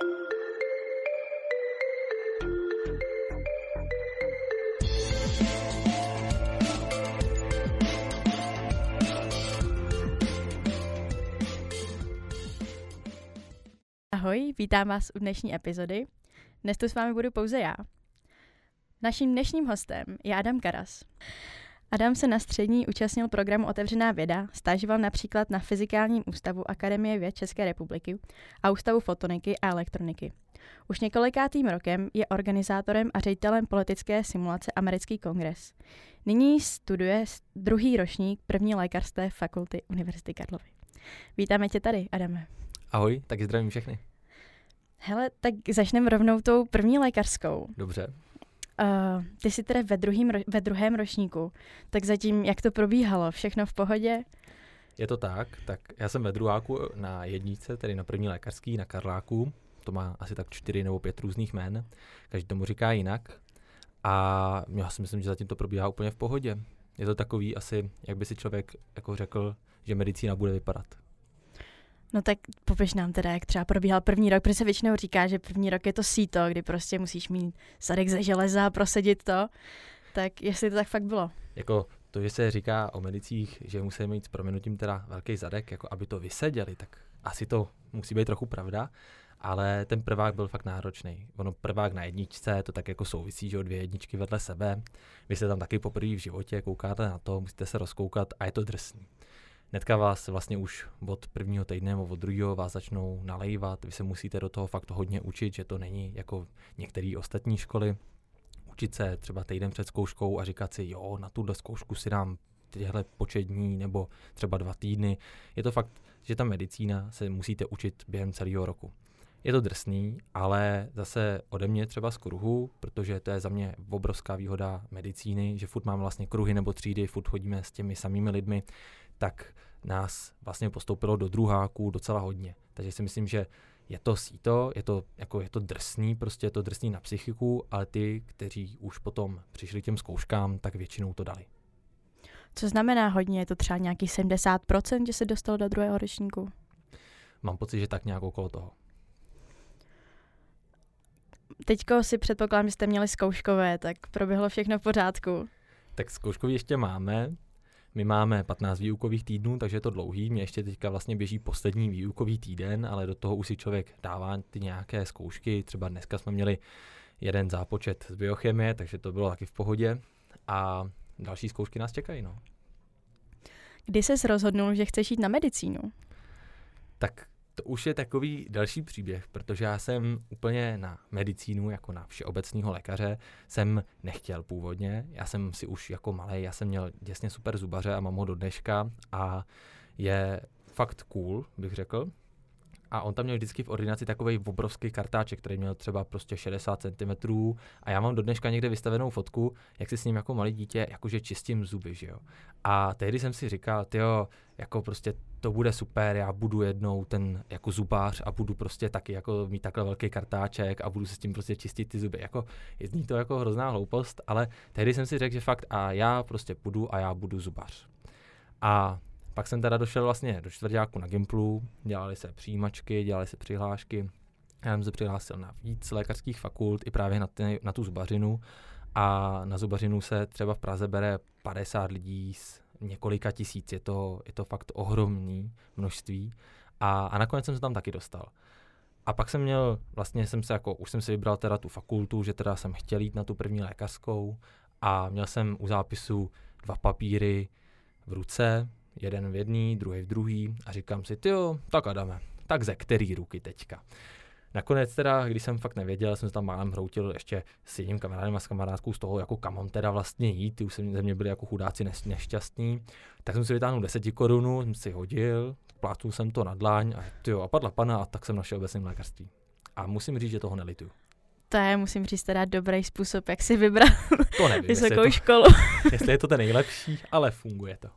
Ahoj, vítám vás u dnešní epizody. Dnes tu s vámi budu pouze já. Naším dnešním hostem je Adam Karas. Adam se na střední účastnil programu Otevřená věda, stážoval například na Fyzikálním ústavu Akademie věd České republiky a Ústavu fotoniky a elektroniky. Už několikátým rokem je organizátorem a ředitelem politické simulace Americký kongres. Nyní studuje druhý ročník první lékařské fakulty Univerzity Karlovy. Vítáme tě tady, Adame. Ahoj, taky zdravím všechny. Hele, tak začneme rovnou tou první lékařskou. Dobře. Ty jsi teda ve druhém ročníku, tak zatím jak to probíhalo? Všechno v pohodě? Je to tak já jsem ve druháku na jedničce, tedy na první lékařský, na Karláku. To má asi tak 4 nebo 5 různých jmén, každý tomu říká jinak. A já si myslím, že zatím to probíhá úplně v pohodě. Je to takový asi, jak by si člověk jako řekl, že medicína bude vypadat. No tak popiš nám teda, jak třeba probíhal první rok, protože se většinou říká, že první rok je to síto, kdy prostě musíš mít zadek ze železa a prosadit to. Tak jestli to tak fakt bylo? Jako to, že se říká o medicích, že musí mít s prominutím teda velký zadek, jako aby to vyseděli, tak asi to musí být trochu pravda, ale ten prvák byl fakt náročný. Ono prvák na jedničce, to tak jako souvisí, že o 2 jedničky vedle sebe. Vy jste tam taky poprvé v životě, koukáte na to, musíte se rozkoukat a je to drsný. Hnedka vás vlastně už od prvního týdne nebo od druhého vás začnou nalejvat. Vy se musíte do toho fakt hodně učit, že to není jako některé ostatní školy. Učit se třeba týden před zkouškou a říkat si, jo, na tuhle zkoušku si dám tyhle počet dní nebo třeba 2 týdny. Je to fakt, že ta medicína se musíte učit během celého roku. Je to drsný, ale zase ode mě třeba z kruhu, protože to je za mě obrovská výhoda medicíny, že furt mám vlastně kruhy nebo třídy, furt chodíme s těmi samými lidmi, tak nás vlastně postoupilo do druháku docela hodně. Takže si myslím, že je to síto, je to drsný, prostě je to drsný na psychiku, ale ty, kteří už potom přišli k těm zkouškám, tak většinou to dali. Co znamená hodně? Je to třeba nějaký 70%, že se dostalo do druhého ročníku? Mám pocit, že tak nějak okolo toho. Teďko si předpokládám, že jste měli zkouškové, tak proběhlo všechno v pořádku. Tak zkouškový ještě máme. My máme 15 výukových týdnů, takže je to dlouhý. Mně ještě teďka vlastně běží poslední výukový týden, ale do toho už si člověk dává ty nějaké zkoušky. Třeba dneska jsme měli jeden zápočet z biochemie, takže to bylo taky v pohodě. A další zkoušky nás čekají, no. Kdy ses rozhodnul, že chceš jít na medicínu? Tak to už je takový další příběh, protože já jsem úplně na medicínu, jako na všeobecného lékaře, jsem nechtěl původně. Já jsem si už jako malej, já jsem měl děsně super zubaře a mám ho do dneška a je fakt cool, bych řekl. A on tam měl vždycky v ordinaci takovej obrovský kartáček, který měl třeba prostě 60 cm a já mám do dneška někde vystavenou fotku, jak si s ním jako malé dítě jakože čistím zuby, že jo. A tehdy jsem si říkal, tyjo, jako prostě to bude super, já budu jednou ten jako zubář a budu prostě taky jako mít takhle velký kartáček a budu se s tím prostě čistit ty zuby. Jako zní to jako hrozná hloupost, ale tehdy jsem si řekl, že fakt a já prostě půjdu a já budu zubař. A pak jsem teda došel vlastně do čtvrťáku na Gimplu, dělali se přijímačky, dělali se přihlášky. Já jsem se přihlásil na víc lékařských fakult i právě na tu zubařinu. A na zubařinu se třeba v Praze bere 50 lidí z několika tisíc. Je to fakt ohromný množství. A nakonec jsem se tam taky dostal. A pak jsem měl, vlastně už jsem si vybral teda tu fakultu, že teda jsem chtěl jít na tu první lékařskou a měl jsem u zápisu 2 papíry v ruce, jeden v jedný, druhý v druhý a říkám si, tyjo, tak Adame, tak ze který ruky teďka. Nakonec teda, když jsem fakt nevěděl, jsem se tam málem hroutil ještě s jedním kamarádem a s kamarádkou z toho, jako kam mám teda vlastně jít, ty už ze mě byli jako chudáci nešťastní, tak jsem si vytáhnul 10 korun, jsem si hodil, plácnul jsem to na dlaň a padla pana a tak jsem našel obecném lékařství. A musím říct, že toho nelituju. To je, musím říct, teda dobrý způsob, jak si vybrat vysokou školu. Jestli je to ten nejlepší, ale funguje to.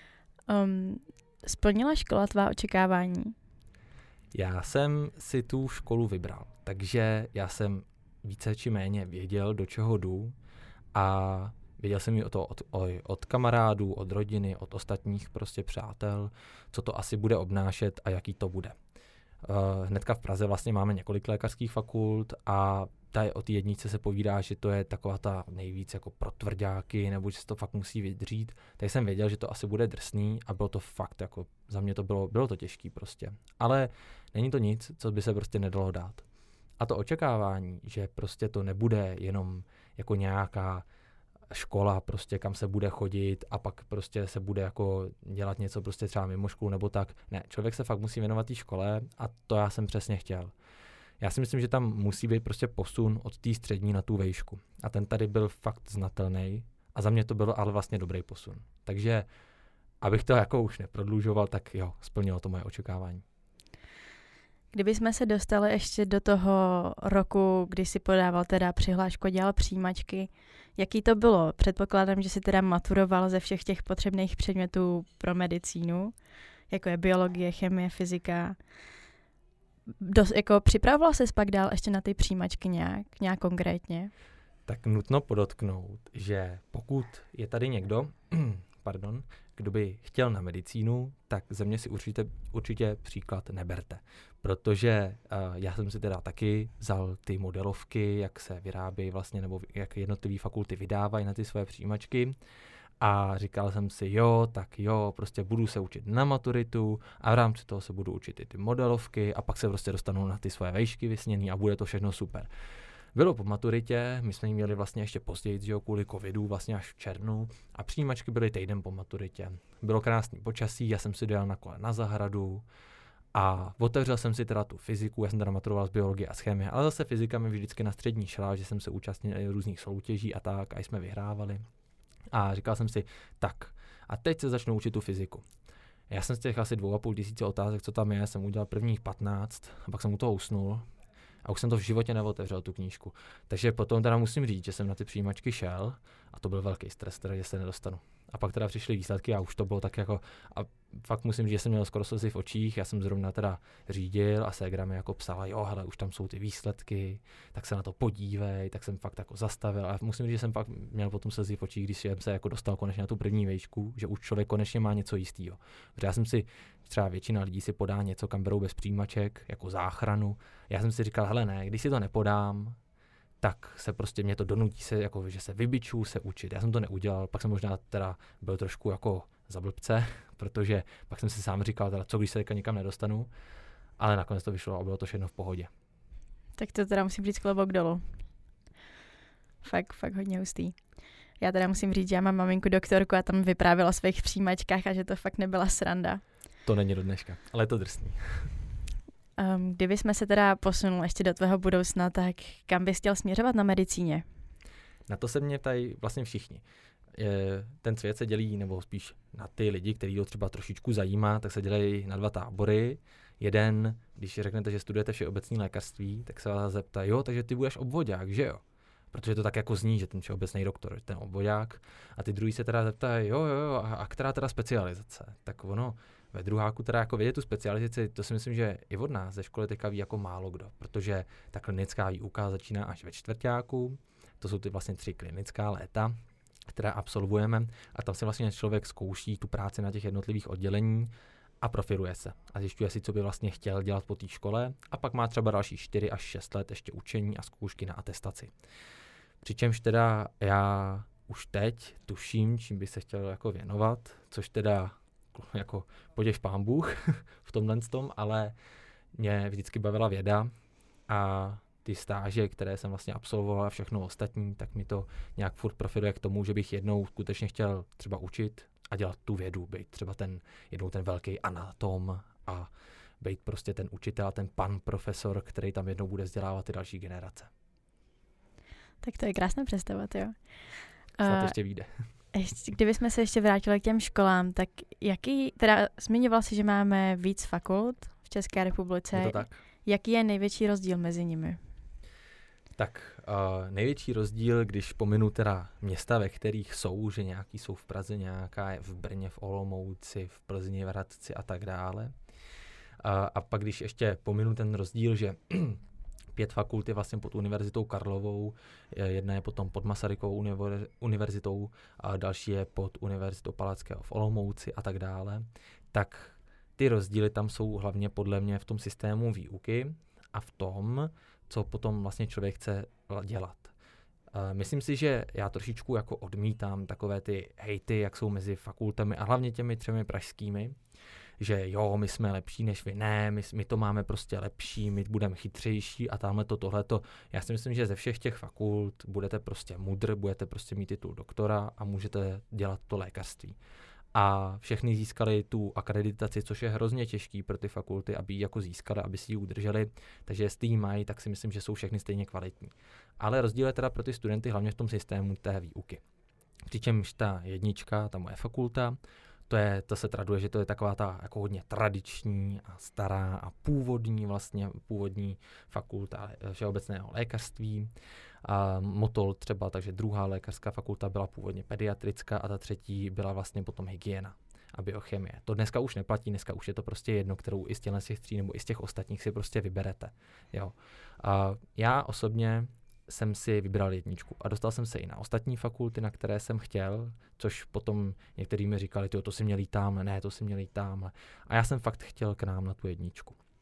Splnila škola tvá očekávání? Já jsem si tu školu vybral, takže já jsem více či méně věděl, do čeho jdu a věděl jsem o to od kamarádů, od rodiny, od ostatních prostě přátel, co to asi bude obnášet a jaký to bude. hnedka v Praze vlastně máme několik lékařských fakult a o té jedničce se povídá, že to je taková ta nejvíc jako pro tvrďáky, nebo že se to fakt musí vydřít. Tak jsem věděl, že to asi bude drsný a bylo to fakt, jako za mě to bylo to těžký prostě. Ale není to nic, co by se prostě nedalo dát. A to očekávání, že prostě to nebude jenom jako nějaká škola, prostě kam se bude chodit a pak prostě se bude jako dělat něco prostě třeba mimo školu nebo tak. Ne, člověk se fakt musí věnovat té škole a to já jsem přesně chtěl. Já si myslím, že tam musí být prostě posun od té střední na tu vejšku. A ten tady byl fakt znatelný a za mě to bylo ale vlastně dobrý posun. Takže abych to jako už neprodlužoval, tak jo, splnilo to moje očekávání. Kdybychom se dostali ještě do toho roku, kdy si podával teda přihlášku a dělal přijímačky, jaký to bylo? Předpokládám, že si teda maturoval ze všech těch potřebných předmětů pro medicínu, jako je biologie, chemie, fyzika. Jako připravoval ses pak dál ještě na ty přijímačky nějak konkrétně? Tak nutno podotknout, že pokud je tady někdo, kdo by chtěl na medicínu, tak ze mě si určitě příklad neberte. Protože já jsem si teda taky vzal ty modelovky, jak se vyrábějí vlastně, nebo jak jednotlivé fakulty vydávají na ty své přijímačky. A říkal jsem si, prostě budu se učit na maturitu a v rámci toho se budu učit i ty modelovky a pak se prostě dostanu na ty svoje vejšky vysněný a bude to všechno super. Bylo po maturitě, my jsme ji měli vlastně ještě později, že jo, kvůli covidu, vlastně až v červnu a přijímačky byly týden po maturitě. Bylo krásný počasí, já jsem si dojel na kole na zahradu a otevřel jsem si teda tu fyziku, já jsem teda maturoval z biologie a z chemie, ale zase fyzika mi vždycky na střední šla, že jsem se účastnil různých soutěží a tak a jsme vyhrávali. A říkal jsem si, tak a teď se začnu učit tu fyziku. Já jsem z těch asi 2,5 tisíce otázek, co tam je, jsem udělal prvních 15 a pak jsem u toho usnul. A už jsem to v životě neotevřel, tu knížku. Takže potom teda musím říct, že jsem na ty přijímačky šel a to byl velký stres, teda, že se nedostanu. A pak teda přišly výsledky a už to bylo tak jako, a fakt musím říct, že jsem měl skoro slzy v očích, já jsem zrovna teda řídil a ségra mi jako psala, jo, hele, už tam jsou ty výsledky, tak se na to podívej, tak jsem fakt jako zastavil a musím říct, že jsem fakt měl potom slzy v očích, když jsem se jako dostal konečně na tu první vejšku, že už člověk konečně má něco jistého. Protože já jsem si, třeba většina lidí si podá něco, kam berou bez přijímaček, jako záchranu. Já jsem si říkal, hele ne, když si to nepodám, tak se prostě mě to donutí se, jako, že se vybiču, se učit. Já jsem to neudělal, pak jsem možná teda byl trošku jako za blbce, protože pak jsem si sám říkal, teda, co když se nikam nedostanu, ale nakonec to vyšlo a bylo to všechno v pohodě. Tak to teda musím říct klobouk dolů. Fakt hodně hustý. Já teda musím říct, že já mám maminku doktorku a tam vyprávěla o svých přijímačkách a že to fakt nebyla sranda. To není do dneška, ale je to drsný. Kdybychom se teda posunuli ještě do tvého budoucna, tak kam bys chtěl směřovat na medicíně? Na to se mě ptají vlastně všichni. Ten svět se dělí, nebo spíš na ty lidi, kteří to třeba trošičku zajímá, tak se dělají na 2 tábory. Jeden, když řeknete, že studujete všeobecné lékařství, tak se vás zeptají, jo, takže ty budeš obvodák, že jo? Protože to tak jako zní, že ten všeobecný doktor, ten obvodák. A ty druhý se teda zeptají, jo, a která teda specializace? Tak ono, ve druháku teda jako vědět tu specializaci, to si myslím, že i od nás ze školy teďka ví jako málo kdo, protože ta klinická výuka začíná až ve čtvrťáku, to jsou ty vlastně 3 klinická léta, které absolvujeme a tam si vlastně člověk zkouší tu práci na těch jednotlivých oddělení a profiluje se a zjišťuje si, co by vlastně chtěl dělat po té škole a pak má třeba další 4 až 6 let ještě učení a zkoušky na atestaci. Přičemž teda já už teď tuším, čím by se chtěl jako věnovat, což teda jako poděš pán Bůh v tomhle tom, ale mě vždycky bavila věda a ty stáže, které jsem vlastně absolvoval a všechno ostatní, tak mi to nějak furt profiluje k tomu, že bych jednou skutečně chtěl třeba učit a dělat tu vědu, být třeba jednou ten velký anatom a být prostě ten učitel, ten pan profesor, který tam jednou bude vzdělávat ty další generace. Tak to je krásná představa, jo. Snad ještě vyjde. Kdybychom se ještě vrátili k těm školám, tak zmiňoval jsi, že máme víc fakult v České republice. Je to tak. Jaký je největší rozdíl mezi nimi? Tak největší rozdíl, když pominu teda města, ve kterých jsou, že nějaký jsou v Praze, nějaká je v Brně, v Olomouci, v Plzni, v Hradci a tak dále. A pak když ještě pominu ten rozdíl, že 5 fakult je vlastně pod Univerzitou Karlovou, jedna je potom pod Masarykovou univerzitou a další je pod Univerzitou Palackého v Olomouci a tak dále, tak ty rozdíly tam jsou hlavně podle mě v tom systému výuky a v tom, co potom vlastně člověk chce dělat. Myslím si, že já trošičku jako odmítám takové ty hejty, jak jsou mezi fakultami a hlavně těmi 3 pražskými, že jo, my jsme lepší než vy, ne, my to máme prostě lepší, my budeme chytřejší a tamhleto, tohleto. Já si myslím, že ze všech těch fakult budete prostě mudr, budete prostě mít titul doktora a můžete dělat to lékařství. A všechny získali tu akreditaci, což je hrozně těžký pro ty fakulty, aby ji jako získali, aby si ji udrželi. Takže jestli ji mají, tak si myslím, že jsou všechny stejně kvalitní. Ale rozdíl je teda pro ty studenty hlavně v tom systému té výuky. Přičemž ta 1, ta moje fakulta, to se traduje, že to je taková ta jako hodně tradiční a stará a původní fakulta všeobecného lékařství. A Motol třeba, takže 2. lékařská fakulta byla původně pediatrická a ta 3. byla vlastně potom hygiena a biochemie. To dneska už neplatí, dneska už je to prostě jedno, kterou i z těch 3 nebo i z těch ostatních si prostě vyberete. Jo. A já osobně jsem si vybral 1 a dostal jsem se i na ostatní fakulty, na které jsem chtěl, což potom někteří mi říkali, to si měl jít tamhle, ne, to si měl jít tamhle. A já jsem fakt chtěl k nám na tu 1.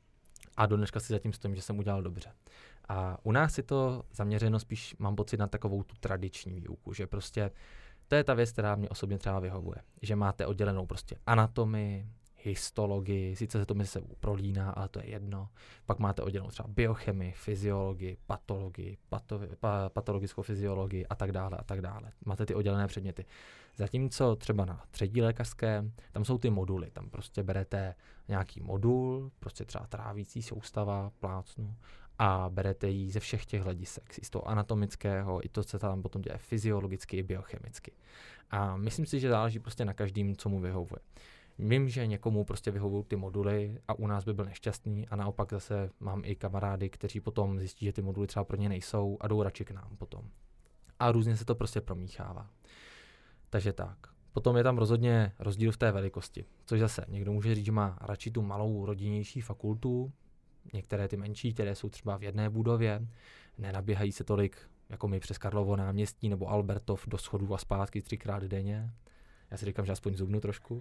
A do dneška si zatím stojím, že jsem udělal dobře. A u nás je to zaměřeno spíš, mám pocit, na takovou tu tradiční výuku, že prostě to je ta věc, která mě osobně třeba vyhovuje. Že máte oddělenou prostě anatomii, histologii, sice se to mezi sebou prolíná, ale to je jedno. Pak máte oddělenou třeba biochemii, fyziologii, patologii, patologickou fyziologii a tak dále a tak dále. Máte ty oddělené předměty. Zatímco třeba na 3. lékařské, tam jsou ty moduly, tam prostě berete nějaký modul, prostě třeba trávící soustava, plácnu, a berete ji ze všech těch hledisek, z toho anatomického, i to, co tam potom děje fyziologicky i biochemicky. A myslím si, že záleží prostě na každém, co mu vyhovuje. Vím, že někomu prostě vyhovují ty moduly a u nás by byl nešťastný a naopak zase mám i kamarády, kteří potom zjistí, že ty moduly třeba pro ně nejsou a jdou radši k nám potom. A různě se to prostě promíchává. Takže tak. Potom je tam rozhodně rozdíl v té velikosti, což zase někdo může říct, že má radši tu malou rodinnější fakultu, některé ty menší, které jsou třeba v jedné budově, nenaběhají se tolik jako my přes Karlovo náměstí nebo Albertov do schodů a zpátky 3krát denně. Já si říkám, že aspoň zubnu trošku.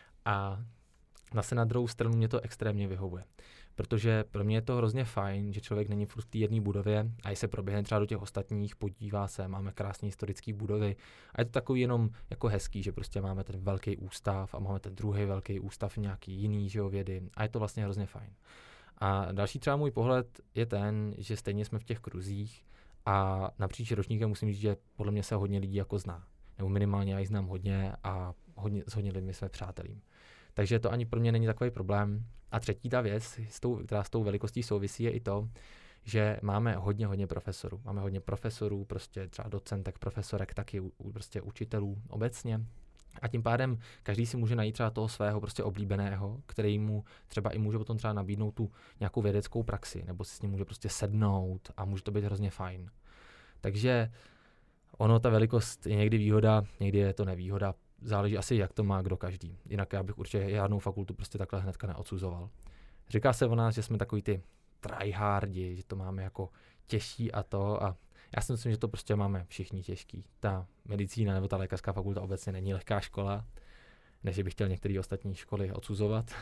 A zase na druhou stranu mě to extrémně vyhovuje. Protože pro mě je to hrozně fajn, že člověk není furt v té jedné budově a i se proběhne třeba do těch ostatních, podívá se, máme krásné historické budovy a je to takový jenom jako hezký, že prostě máme ten velký ústav a máme ten druhý velký ústav nějaký jiný, že jo, vědy a je to vlastně hrozně fajn. A další třeba můj pohled je ten, že stejně jsme v těch kruzích a napříč ročníkem musím říct, že podle mě se hodně lidí jako zná. Nebo minimálně já ji znám hodně a s hodně lidmi jsme přátelím. Takže to ani pro mě není takový problém. A třetí ta věc, která s tou velikostí souvisí, je i to, že máme hodně profesorů. Máme hodně profesorů, prostě třeba docentek, profesorek, taky prostě učitelů obecně. A tím pádem každý si může najít třeba toho svého prostě oblíbeného, který mu třeba i může potom třeba nabídnout tu nějakou vědeckou praxi, nebo si s ním může prostě sednout a může to být hrozně fajn. Takže ta velikost je někdy výhoda, někdy je to nevýhoda. Záleží asi, jak to má kdo každý. Jinak já bych určitě žádnou fakultu prostě takhle hnedka neodsuzoval. Říká se o nás, že jsme takový ty tryhardi, že to máme jako těžší a to a já si myslím, že to prostě máme všichni těžký. Ta medicína nebo ta lékařská fakulta obecně není lehká škola, než bych chtěl některé ostatní školy odsuzovat,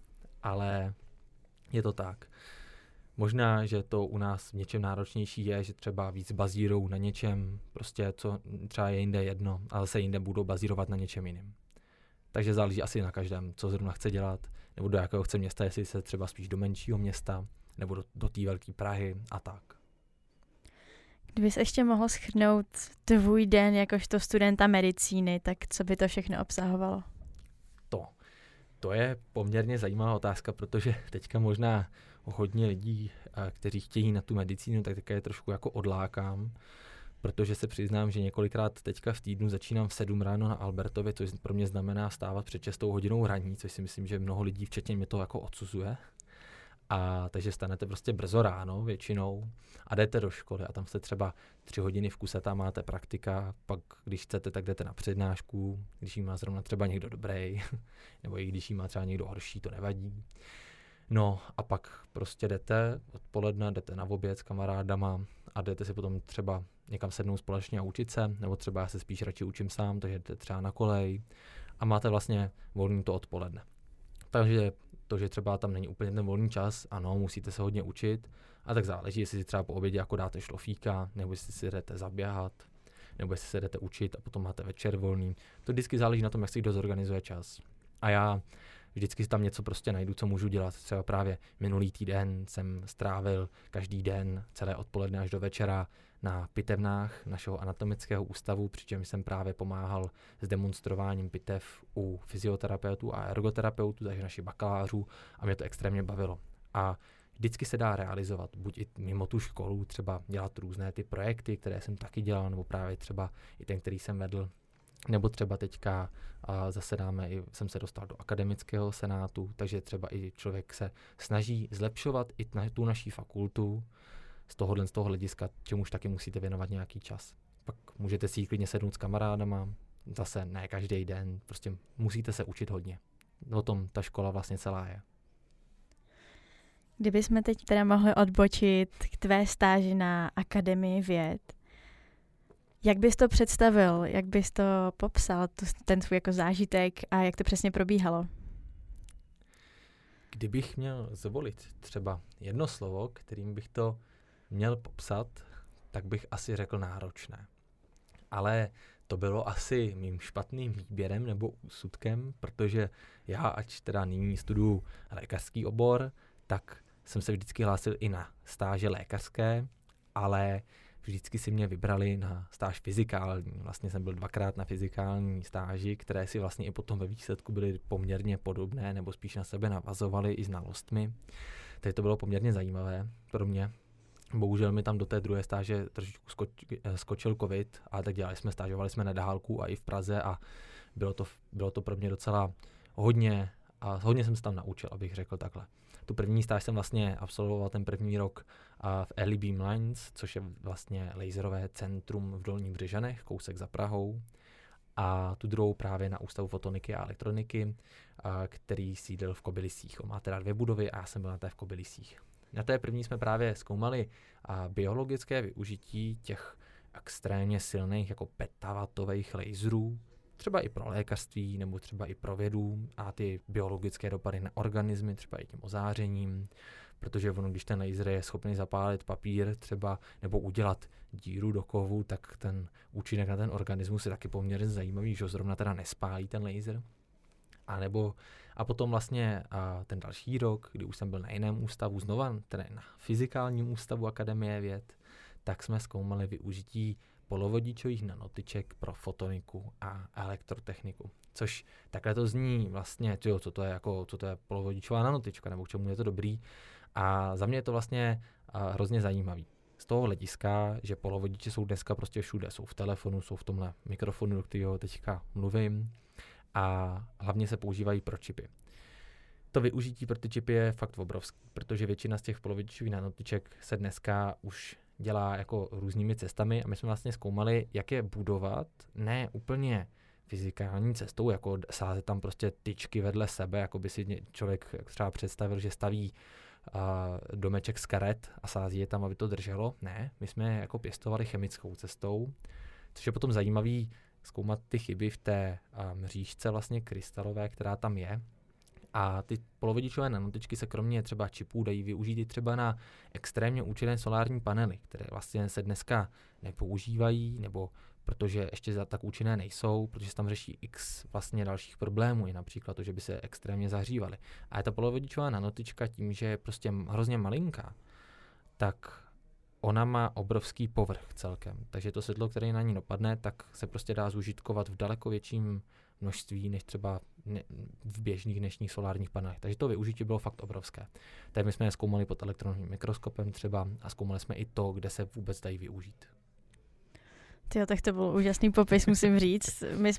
ale je to tak. Možná, že to u nás v něčem náročnější je, že třeba víc bazírou na něčem, prostě co třeba je jinde jedno, ale se jinde budou bazírovat na něčem jiným. Takže záleží asi na každém, co zrovna chce dělat, nebo do jakého chce města, jestli se třeba spíš do menšího města, nebo do té velké Prahy a tak. Kdybys ještě mohl shrnout tvůj den jakožto studenta medicíny, tak co by to všechno obsahovalo? To je poměrně zajímavá otázka, protože teďka možná hodně lidí, kteří chtějí na tu medicínu, tak teďka je trošku jako odlákám, protože se přiznám, že několikrát teďka v týdnu začínám v 7 ráno na Albertově, což pro mě znamená vstávat před 6 hodinou raní, což si myslím, že mnoho lidí, včetně mě to jako odsuzuje. A takže stanete prostě brzo ráno většinou a jdete do školy a tam jste třeba 3 hodiny v kuse, tam máte praktika, pak když chcete, tak jdete na přednášku, když jí má zrovna třeba někdo dobrý, nebo i když jí má třeba někdo horší, to nevadí. No a pak prostě jdete odpoledne, jdete na oběd s kamarádama a jdete si potom třeba někam sednout společně a učit se, nebo třeba já se spíš radši učím sám, takže jdete třeba na kolej a máte vlastně volný to odpoledne. Takže to, že třeba tam není úplně ten volný čas, ano, musíte se hodně učit, a tak záleží, jestli si třeba po obědě jako dáte šlofíka, nebo jestli si jdete zaběhat, nebo jestli se jdete učit a potom máte večer volný. To vždycky záleží na tom, jak si kdo zorganizuje čas. A já vždycky si tam něco prostě najdu, co můžu dělat. Třeba právě minulý týden jsem strávil každý den, celé odpoledne až do večera na pitevnách našeho anatomického ústavu, přičemž jsem právě pomáhal s demonstrováním pitev u fyzioterapeutů a ergoterapeutů, takže našich bakalářů, a mě to extrémně bavilo. A vždycky se dá realizovat, buď i mimo tu školu, třeba dělat různé ty projekty, které jsem taky dělal, nebo právě třeba i ten, který jsem vedl, nebo třeba teďka jsem se dostal do akademického senátu, takže třeba i člověk se snaží zlepšovat i tu naší fakultu z toho hlediska, čemuž taky musíte věnovat nějaký čas. Pak můžete si klidně sednout s kamarádama, zase ne každý den, prostě musíte se učit hodně. O tom ta škola vlastně celá je. Kdybychom teď teda mohli odbočit k tvé stáži na Akademii věd, jak bys to představil, jak bys to popsal, ten svůj jako zážitek a jak to přesně probíhalo? Kdybych měl zvolit třeba jedno slovo, kterým bych to měl popsat, tak bych asi řekl náročné. Ale to bylo asi mým špatným výběrem nebo úsudkem, protože já, ač teda nyní studuju lékařský obor, tak jsem se vždycky hlásil i na stáže lékařské, ale vždycky si mě vybrali na stáž fyzikální. Vlastně jsem byl 2krát na fyzikální stáži, které si vlastně i potom ve výsledku byly poměrně podobné, nebo spíš na sebe navazovaly i znalostmi. Takže to bylo poměrně zajímavé pro mě. Bohužel mi tam do té druhé stáže trošičku skočil covid, ale tak stážovali jsme na dálku a i v Praze a bylo to pro mě docela hodně a hodně jsem se tam naučil, abych řekl takhle. Tu první stáž jsem vlastně absolvoval ten první rok v Early Beam Lines, což je vlastně laserové centrum v Dolních Břežanech, kousek za Prahou. A tu druhou právě na Ústavu fotoniky a elektroniky, který sídlil v Kobylisích. On má teda 2 budovy a já jsem byl na té v Kobylisích. Na té první jsme právě zkoumali biologické využití těch extrémně silných jako petavatových laserů, třeba i pro lékařství nebo třeba i pro vědu a ty biologické dopady na organismy, třeba i tím ozářením, protože ono, když ten laser je schopný zapálit papír třeba nebo udělat díru do kovu, tak ten účinek na ten organismus je taky poměrně zajímavý, že zrovna teda nespálí ten laser. A potom vlastně ten další rok, kdy už jsem byl na jiném ústavu, znova teda na fyzikálním ústavu Akademie věd, tak jsme zkoumali využití polovodičových nanotyček pro fotoniku a elektrotechniku. Což takhle to zní vlastně, co to je polovodičová nanotyčka, nebo k čemu je to dobrý. A za mě je to vlastně hrozně zajímavý. Z toho hlediska, že polovodiče jsou dneska prostě všude. Jsou v telefonu, jsou v tomhle mikrofonu, do kterého teďka mluvím. A hlavně se používají pro čipy. To využití pro ty čipy je fakt obrovský, protože většina z těch polovodičových nanotyček se dneska už dělá jako různými cestami a my jsme vlastně zkoumali, jak je budovat, ne úplně fyzikální cestou, jako sázet tam prostě tyčky vedle sebe, jako by si člověk třeba představil, že staví domeček z karet a sází je tam, aby to drželo. Ne, my jsme je jako pěstovali chemickou cestou, což je potom zajímavý zkoumat ty chyby v té mřížce vlastně krystalové, která tam je. A ty polovodičové nanotyčky se kromě třeba čipů dají využít i třeba na extrémně účinné solární panely, které vlastně se dneska nepoužívají, nebo protože ještě tak účinné nejsou, protože se tam řeší x vlastně dalších problémů, i například to, že by se extrémně zahřívaly. A ta polovodičová nanotyčka tím, že je prostě hrozně malinká, tak ona má obrovský povrch celkem. Takže to světlo, které na ní dopadne, tak se prostě dá zužitkovat v daleko větším množství, než třeba v běžných dnešních solárních panelech. Takže to využití bylo fakt obrovské. Tak my jsme je zkoumali pod elektronním mikroskopem třeba a zkoumali jsme i to, kde se vůbec dají využít. Tyjo, tak to byl úžasný popis, musím říct. My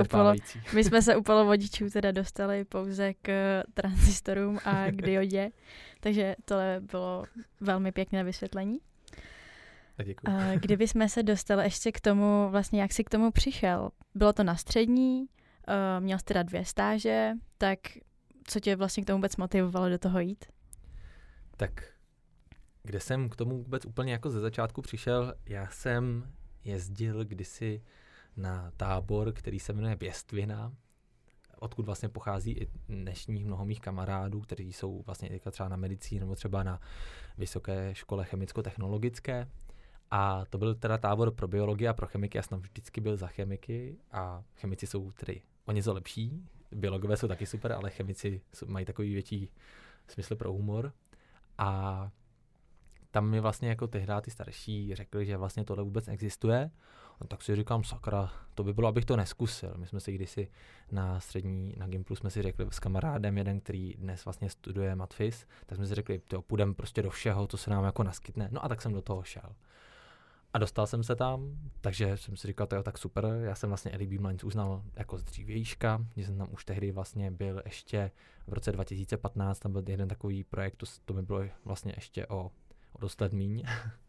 jsme se u polovodičů teda dostali pouze k tranzistorům a k diodě, takže tohle bylo velmi pěkné vysvětlení. Děkuji. Kdybychom se dostali ještě k tomu, vlastně jak jsi k tomu přišel. Bylo to na střední, měl jsi teda 2 stáže, tak co tě vlastně k tomu vůbec motivovalo do toho jít? Tak kde jsem k tomu vůbec úplně jako ze začátku přišel, já jsem jezdil kdysi na tábor, který se jmenuje Běstvina odkud vlastně pochází i dnešních mnoho mých kamarádů, kteří jsou vlastně teďka třeba na medicíně nebo třeba na vysoké škole chemicko-technologické. A to byl teda tábor pro biologii a pro chemiky, já jsem vždycky byl za chemiky a chemici jsou tedy o něco lepší. Biologové jsou taky super, ale chemici mají takový větší smysl pro humor. A tam mi vlastně jako tehdy ty starší řekli, že vlastně tohle vůbec existuje. No, tak si říkám, sakra, to by bylo, abych to neskusil. My jsme si kdysi na střední, na Gimplu jsme si řekli s kamarádem jeden, který dnes vlastně studuje matfis, tak jsme si řekli, půjdeme prostě do všeho, co se nám jako naskytne. No a tak jsem do toho šel. A dostal jsem se tam, takže jsem si říkal, tak super, já jsem vlastně Early Beamlines uznal jako z dřívějška, že jsem tam už tehdy vlastně byl ještě v roce 2015, tam byl jeden takový projekt, to mi bylo vlastně ještě o dost let míň.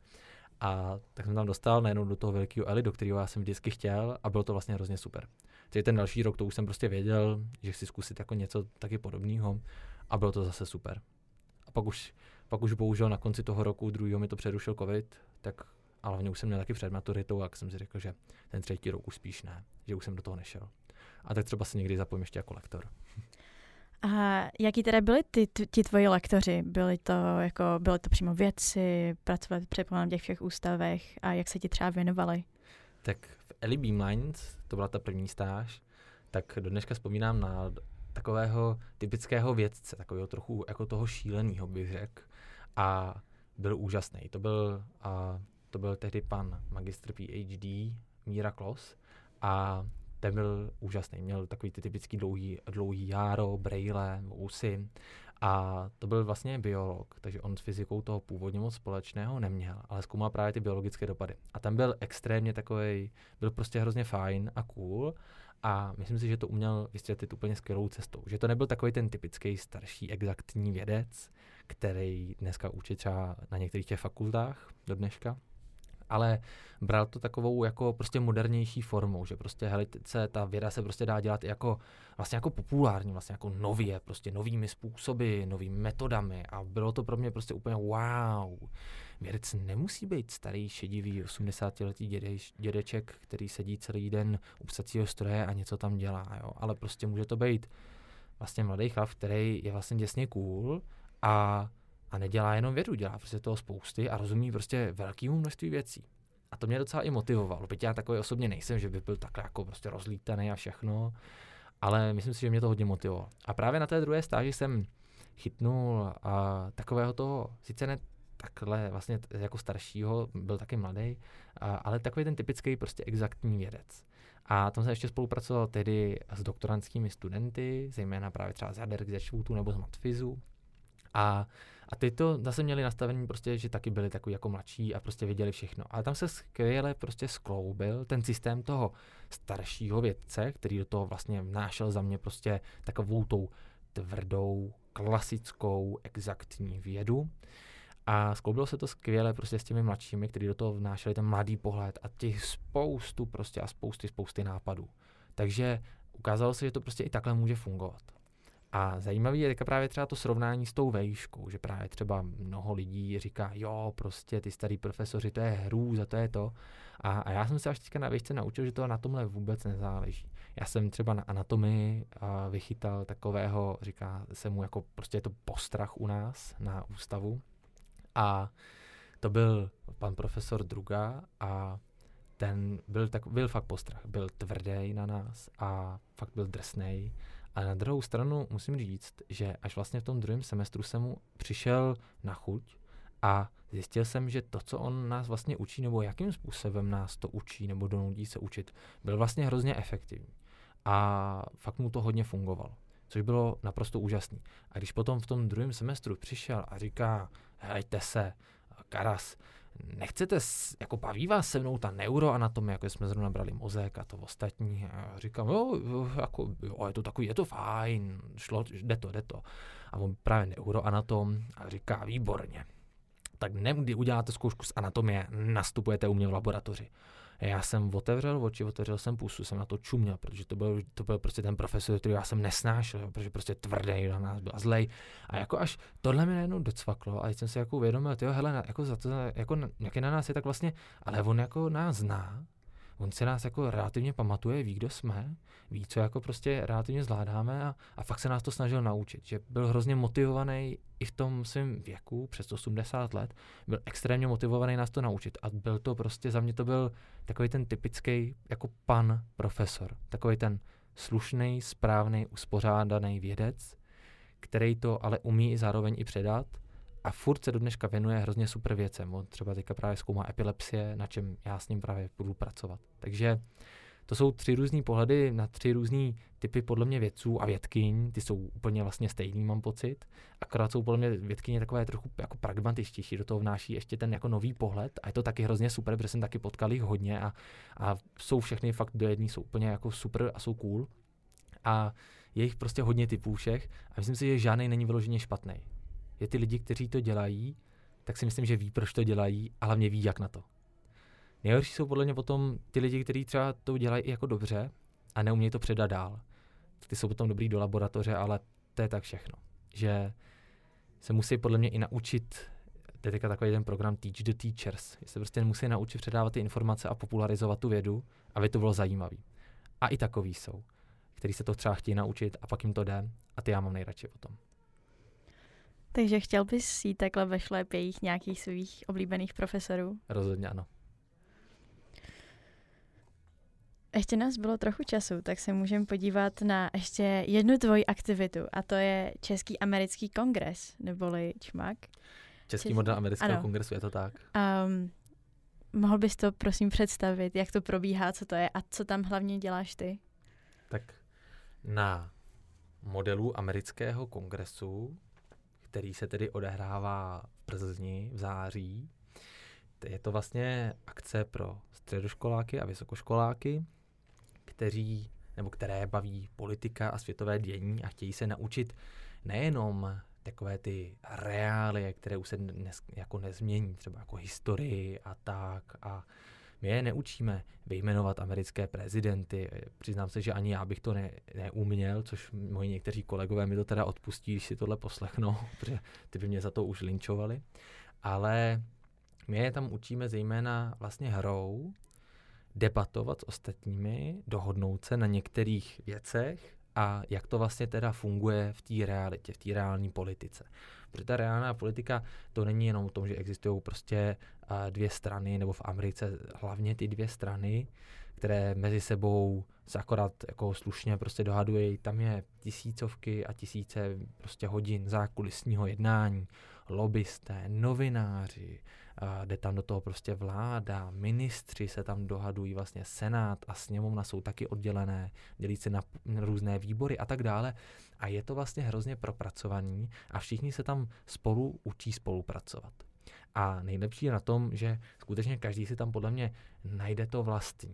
A tak jsem tam dostal najednou do toho velkého Eli, do kterého já jsem vždycky chtěl a bylo to vlastně hrozně super. Takže ten další rok to už jsem prostě věděl, že chci zkusit jako něco taky podobného a bylo to zase super. A pak už bohužel na konci toho roku druhého mi to přerušil covid, tak ale hlavně už jsem měl taky před maturitou, tak jsem si řekl, že ten třetí rok už spíš ne, že už jsem do toho nešel. A tak třeba si někdy zapojím ještě jako lektor. A jaký teda byli ti tvoji lektoři? Byli to přímo vědci, pracovali předpokládám v těch všech ústavech a jak se ti třeba věnovali? Tak v Early Beamlines, to byla ta první stáž, tak do dneška vzpomínám na takového typického vědce, takového trochu jako toho šílenýho, bych řekl. A byl úžasný. To byl tehdy pan magistr PhD Míra Klos a ten byl úžasný. Měl takový ty typický dlouhý járo, brejle, vousy a to byl vlastně biolog, takže on s fyzikou toho původně moc společného neměl, ale zkoumal právě ty biologické dopady. A tam byl extrémně takovej, byl prostě hrozně fajn a cool a myslím si, že to uměl vysvětlit úplně skvělou cestou. Že to nebyl takový ten typický starší exaktní vědec, který dneska učí třeba na některých těch fakultách do dneška, ale bral to takovou jako prostě modernější formou, že prostě ta věda se prostě dá dělat jako vlastně jako populární, vlastně jako nově, prostě novými způsoby, novými metodami a bylo to pro mě prostě úplně wow. Vědec nemusí být starý, šedivý, 80letý dědeček, který sedí celý den u psacího stroje a něco tam dělá, jo, ale prostě může to být vlastně mladý chlap, který je vlastně děsně cool a nedělá jenom vědu, dělá prostě toho spousty a rozumí prostě velkému množství věcí. A to mě docela i motivovalo, byť já takový osobně nejsem, že by byl takhle jako prostě rozlítaný a všechno, ale myslím si, že mě to hodně motivovalo. A právě na té druhé stáži jsem chytnul takového toho, sice ne takhle vlastně jako staršího, byl taky mladý, ale takový ten typický prostě exaktní vědec. A tam jsem ještě spolupracoval tedy s doktorandskými studenty, zejména právě třeba z Jaderk, ze Švůtu nebo z Matfizu. A ty to zase měli nastavení prostě, že taky byli takový jako mladší a prostě věděli všechno. Ale tam se skvěle prostě skloubil ten systém toho staršího vědce, který do toho vlastně vnášel za mě prostě takovou tou tvrdou, klasickou, exaktní vědu. A skloubilo se to skvěle prostě s těmi mladšími, kteří do toho vnášeli ten mladý pohled a těch spousty nápadů. Takže ukázalo se, že to prostě i takhle může fungovat. A zajímavý je právě třeba to srovnání s tou vejškou, že právě třeba mnoho lidí říká, jo, prostě ty starý profesoři, to je hrůza, to je to. A já jsem se až teďka na vejšce naučil, že to na tomhle vůbec nezáleží. Já jsem třeba na anatomii vychytal takového, říká se mu jako prostě je to postrach u nás na ústavu. A to byl pan profesor Druga a ten byl fakt postrach, byl tvrdý na nás a fakt byl drsnej. A na druhou stranu musím říct, že až vlastně v tom druhém semestru jsem mu přišel na chuť a zjistil jsem, že to, co on nás vlastně učí, nebo jakým způsobem nás to učí, nebo donutí se učit, byl vlastně hrozně efektivní. A fakt mu to hodně fungovalo, což bylo naprosto úžasný. A když potom v tom druhém semestru přišel a říká, hejte se, Karas, nechcete, jako baví vás se mnou ta neuroanatomie, jako jsme zrovna brali mozek a to ostatní. A říkám, jo, je to takový, je to fajn, jde to. A on právě neuroanatom a říká, výborně. Tak kdy uděláte zkoušku z anatomie, nastupujete u mě v laboratoři. Já jsem otevřel oči, otevřel jsem pusu, jsem na to čuměl, protože to byl prostě ten profesor, který já jsem nesnášel, protože prostě tvrdý na nás byl a zlej. A jako až tohle mi najednou docvaklo a teď jsem si jako uvědomil, hele, jako za to, jako jak je na nás je tak vlastně, ale on jako nás zná, on se nás jako relativně pamatuje, ví, kdo jsme, ví, co jako prostě relativně zvládáme a fakt se nás to snažil naučit, že byl hrozně motivovaný i v tom svém věku, přes 80 let, byl extrémně motivovaný nás to naučit a byl to prostě, za mě to byl takový ten typický jako pan profesor, takový ten slušný, správný, uspořádaný vědec, který to ale umí zároveň i předat a furt se do dneška věnuje hrozně super věcem. On třeba teďka právě zkoumá epilepsie, na čem já s ním právě budu pracovat. Takže to jsou 3 různý pohledy na 3 různý typy podle mě vědců a vědkyň. Ty jsou úplně vlastně stejný, mám pocit. Akorát jsou podle mě vědkyně takové trochu jako pragmatičtější, do toho vnáší ještě ten jako nový pohled a je to taky hrozně super, protože jsem taky potkal jich hodně a jsou všechny fakt do jedný, jsou úplně jako super a jsou cool. A je jich prostě hodně typů všech a myslím si, že žádný není vyloženě špatný. Je ty lidi, kteří to dělají, tak si myslím, že ví, proč to dělají a hlavně ví, jak na to. Nejhorší jsou podle mě potom ty lidi, kteří třeba to dělají i jako dobře a neumějí to předat dál. Ty jsou potom dobrý do laboratoře, ale to je tak všechno. Že se musí podle mě i naučit, to je teďka takový ten program Teach the Teachers, že se prostě musí naučit předávat ty informace a popularizovat tu vědu, aby to bylo zajímavý. A i takový jsou, kteří se to třeba chtějí naučit a pak jim to jde a ty já mám nejradši potom. Takže chtěl bys jít takhle ve šlépějích nějakých svých oblíbených profesorů? Rozhodně ano. Ještě nás bylo trochu času, tak se můžeme podívat na ještě jednu tvoji aktivitu a to je Český americký kongres, neboli ČMAK. Český model amerického kongresu, je to tak? Mohl bys to prosím představit, jak to probíhá, co to je a co tam hlavně děláš ty? Tak na modelu amerického kongresu, který se tedy odehrává v Plzni v září, je to vlastně akce pro středoškoláky a vysokoškoláky, které baví politika a světové dění a chtějí se naučit nejenom takové ty reálie, které už se dnes jako nezmění, třeba jako historii a tak. A my je neučíme vyjmenovat americké prezidenty. Přiznám se, že ani já bych to neuměl, což moji někteří kolegové mi to teda odpustí, když si tohle poslechnou, protože ty by mě za to už linčovali. Ale my je tam učíme zejména vlastně hrou, debatovat s ostatními, dohodnout se na některých věcech a jak to vlastně teda funguje v té realitě, v té reální politice. Protože ta reálná politika to není jenom o tom, že existují prostě 2 strany, nebo v Americe hlavně ty 2 strany, které mezi sebou se akorát jako slušně prostě dohadují. Tam je tisícovky a tisíce prostě hodin zákulisního jednání, lobbysté, novináři, jde tam do toho prostě vláda, ministři se tam dohadují, vlastně senát a sněmovna jsou taky oddělené, dělí se na různé výbory a tak dále. A je to vlastně hrozně propracovaný a všichni se tam spolu učí spolupracovat. A nejlepší je na tom, že skutečně každý si tam podle mě najde to vlastní.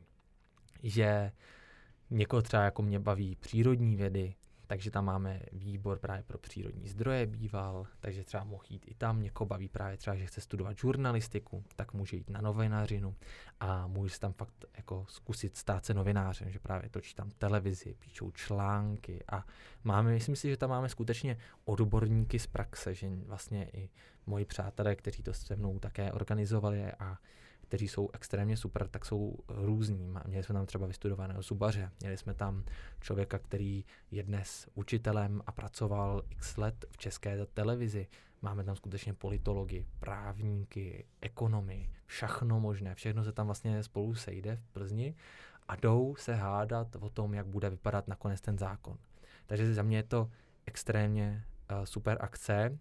Že někoho třeba jako mě baví přírodní vědy, takže tam máme výbor právě pro přírodní zdroje býval, takže třeba mohl jít i tam, někoho baví právě třeba, že chce studovat žurnalistiku, tak může jít na novinářinu a může se tam fakt jako zkusit stát se novinářem, že právě točí tam televizi, píšou články a myslím si, že tam máme skutečně odborníky z praxe, že vlastně i moji přátelé, kteří to se mnou také organizovali a kteří jsou extrémně super, tak jsou různí. Měli jsme tam třeba vystudovaného zubaře, měli jsme tam člověka, který je dnes učitelem a pracoval x let v České televizi. Máme tam skutečně politology, právníky, ekonomy, všechno možné. Všechno se tam vlastně spolu sejde v Plzni a jdou se hádat o tom, jak bude vypadat nakonec ten zákon. Takže za mě je to extrémně super akce,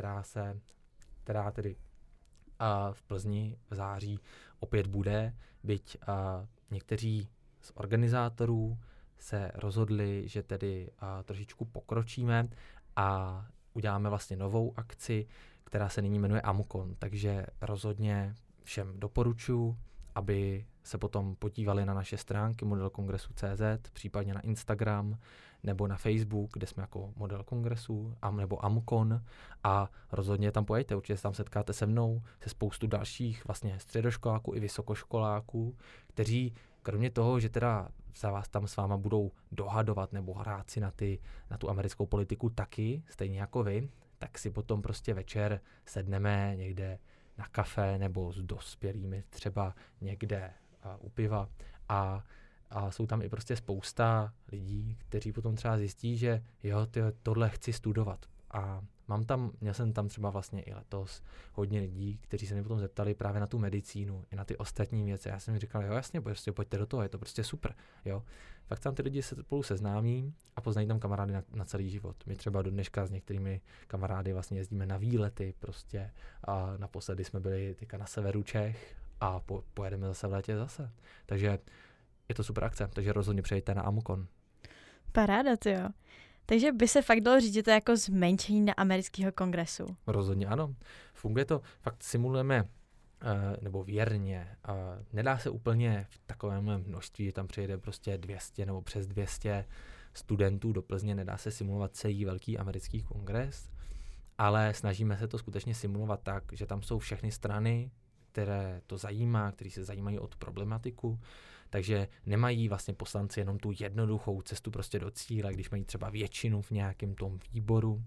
která tedy v Plzni v září opět bude, byť někteří z organizátorů se rozhodli, že tedy trošičku pokročíme a uděláme vlastně novou akci, která se nyní jmenuje Amkon, takže rozhodně všem doporučuji, aby se potom podívali na naše stránky Model Kongresu.cz, případně na Instagram nebo na Facebook, kde jsme jako Model Kongresu, nebo Amkon a rozhodně tam pojďte, určitě se tam setkáte se mnou, se spoustu dalších vlastně středoškoláků i vysokoškoláků, kteří kromě toho, že teda za vás tam s váma budou dohadovat nebo hrát si na tu americkou politiku taky, stejně jako vy, tak si potom prostě večer sedneme někde na kafe nebo s dospělými třeba někde u piva a jsou tam i prostě spousta lidí, kteří potom třeba zjistí, že jo, tohle chci studovat. A měl jsem tam třeba vlastně i letos hodně lidí, kteří se mě potom zeptali právě na tu medicínu i na ty ostatní věci. Já jsem jim říkal, jo jasně, prostě pojďte do toho, je to prostě super, jo. Fakt tam ty lidi se spolu seznámí a poznají tam kamarády na celý život. My třeba do dneška s některými kamarády vlastně jezdíme na výlety prostě a naposledy jsme byli teďka na severu Čech a pojedeme zase v létě zase. Takže je to super akce, takže rozhodně přejďte na AMUCON. Paráda, jo. Takže by se fakt dalo říct, že to je jako zmenšení na amerického kongresu. Rozhodně ano. Funguje to, fakt simulujeme, nebo věrně. Nedá se úplně v takovém množství, že tam přijede prostě 200 nebo přes 200 studentů do Plzně, nedá se simulovat celý velký americký kongres, ale snažíme se to skutečně simulovat tak, že tam jsou všechny strany, které to zajímá, kteří se zajímají o tu problematiku, takže nemají vlastně poslanci jenom tu jednoduchou cestu prostě do cíle, když mají třeba většinu v nějakém tom výboru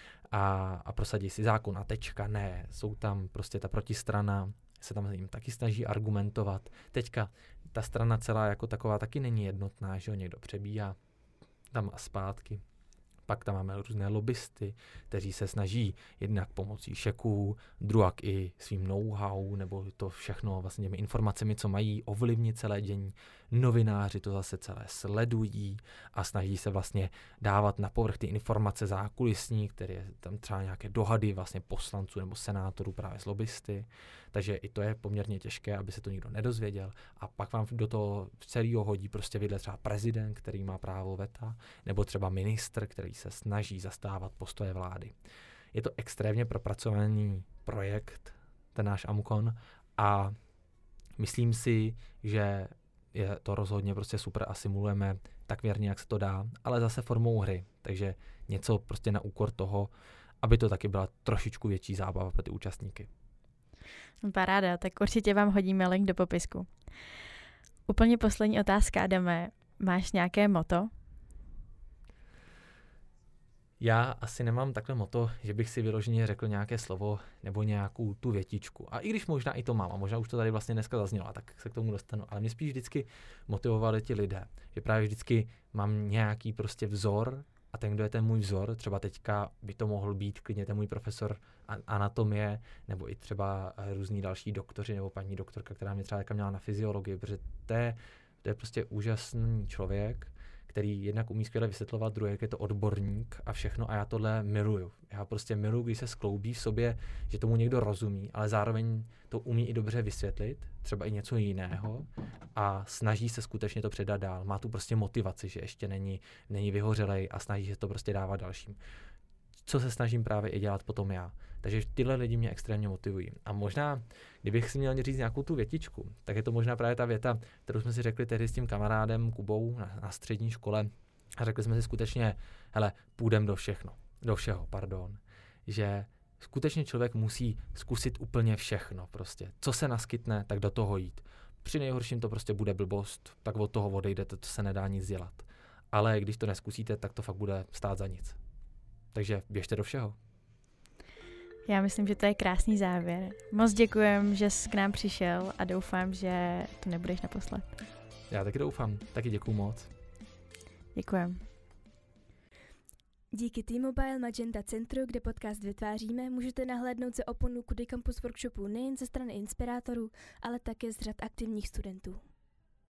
a prosadí si zákon a tečka, ne, jsou tam prostě ta protistrana, se tam jim taky snaží argumentovat. Teďka ta strana celá jako taková taky není jednotná, že jo, někdo přebíhá tam a zpátky. Pak tam máme různé lobbysty, kteří se snaží jednak pomocí šeků, druhak i svým know-how, nebo to všechno vlastně těmi informacemi, co mají, ovlivnit celé dění. Novináři to zase celé sledují a snaží se vlastně dávat na povrch ty informace zákulisní, které je tam třeba nějaké dohady vlastně poslanců nebo senátorů právě s lobbysty. Takže i to je poměrně těžké, aby se to nikdo nedozvěděl. A pak vám do toho celého hodí prostě vidle třeba prezident, který má právo veta, nebo třeba ministr, který se snaží zastávat postoje vlády. Je to extrémně propracovaný projekt, ten náš AMUCON, a myslím si, že je to rozhodně prostě super a simulujeme tak věrně, jak se to dá, ale zase formou hry. Takže něco prostě na úkor toho, aby to taky byla trošičku větší zábava pro ty účastníky. Paráda, tak určitě vám hodíme link do popisku. Úplně poslední otázka, Adame. Máš nějaké motto? Já asi nemám takhle motto, že bych si vyloženě řekl nějaké slovo nebo nějakou tu větičku. A i když možná i to mám, a možná už to tady vlastně dneska zaznělo, tak se k tomu dostanu. Ale mě spíš vždycky motivovali ti lidé, že právě vždycky mám nějaký prostě vzor a ten, kdo je ten můj vzor, třeba teďka by to mohl být klidně ten můj profesor anatomie, nebo i třeba různí další doktoři, nebo paní doktorka, která mě třeba měla na fyziologii, protože to je prostě úžasný člověk, který jednak umí skvěle vysvětlovat, druhý je to odborník a všechno, a já tohle miluju. Já prostě miluju, když se skloubí v sobě, že tomu někdo rozumí, ale zároveň to umí i dobře vysvětlit, třeba i něco jiného, a snaží se skutečně to předat dál. Má tu prostě motivaci, že ještě není vyhořelej a snaží se to prostě dávat dalším. Co se snažím právě i dělat potom já. Takže tyhle lidi mě extrémně motivují. A možná, kdybych si měl říct nějakou tu větičku, tak je to možná právě ta věta, kterou jsme si řekli tehdy s tím kamarádem Kubou na střední škole. A řekli jsme si skutečně, hele, půjdem do všeho, že skutečně člověk musí zkusit úplně všechno prostě. Co se naskytne, tak do toho jít. Při nejhorším to prostě bude blbost, tak od toho odejdete, to se nedá nic dělat. Ale když to neskusíte, tak to fakt bude stát za nic. Takže běžte do všeho. Já myslím, že to je krásný závěr. Moc děkujem, že jsi k nám přišel a doufám, že to nebudeš naposled. Já taky doufám. Taky děkuju moc. Děkujem. Díky T-Mobile Magenta Centru, kde podcast vytváříme, můžete nahlédnout se oponu Kudy Campus workshopu nejen ze strany inspirátorů, ale také z řad aktivních studentů.